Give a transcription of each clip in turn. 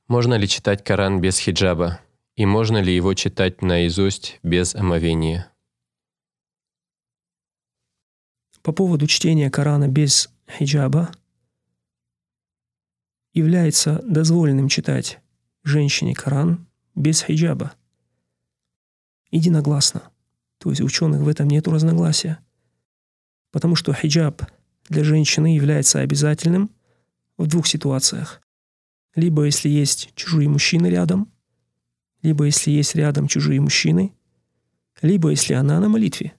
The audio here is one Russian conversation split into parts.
Можно ли читать Коран без хиджаба? И можно ли его читать наизусть без омовения? По поводу чтения Корана без хиджаба является дозволенным читать женщине Коран без хиджаба. Единогласно. То есть у ученых в этом нет разногласия. Потому что хиджаб для женщины является обязательным в двух ситуациях. Либо если есть чужие мужчины рядом, либо если есть рядом чужие мужчины, либо если она на молитве.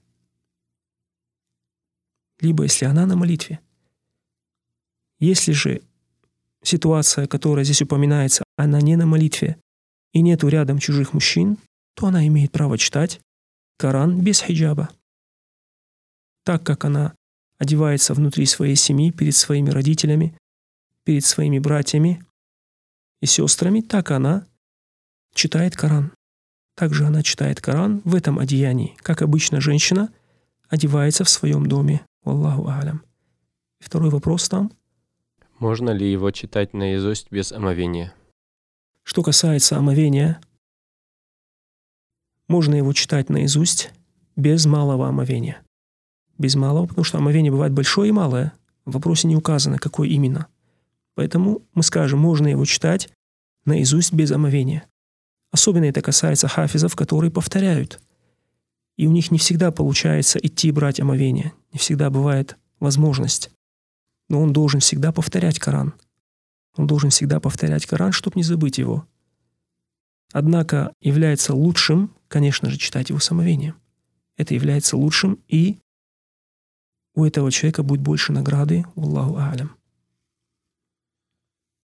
Если же ситуация, которая здесь упоминается, она не на молитве и нету рядом чужих мужчин, то она имеет право читать Коран без хиджаба. Так как она одевается внутри своей семьи, перед своими родителями, перед своими братьями и сестрами, так она читает Коран. Также она читает Коран в этом одеянии, как обычно женщина одевается в своем доме. Аллаху алям. Второй вопрос там. Можно ли его читать наизусть без омовения? Что касается омовения, можно его читать наизусть без малого омовения. Без малого, потому что омовение бывает большое и малое. В вопросе не указано, какое именно. Поэтому мы скажем, можно его читать наизусть без омовения. Особенно это касается хафизов, которые повторяют. И у них не всегда получается идти брать омовение. Не всегда бывает возможность. Но он должен всегда повторять Коран. Чтобы не забыть его. Однако является лучшим, конечно же, читать его с омовением. Это является лучшим, и у этого человека будет больше награды. Аллаху алям.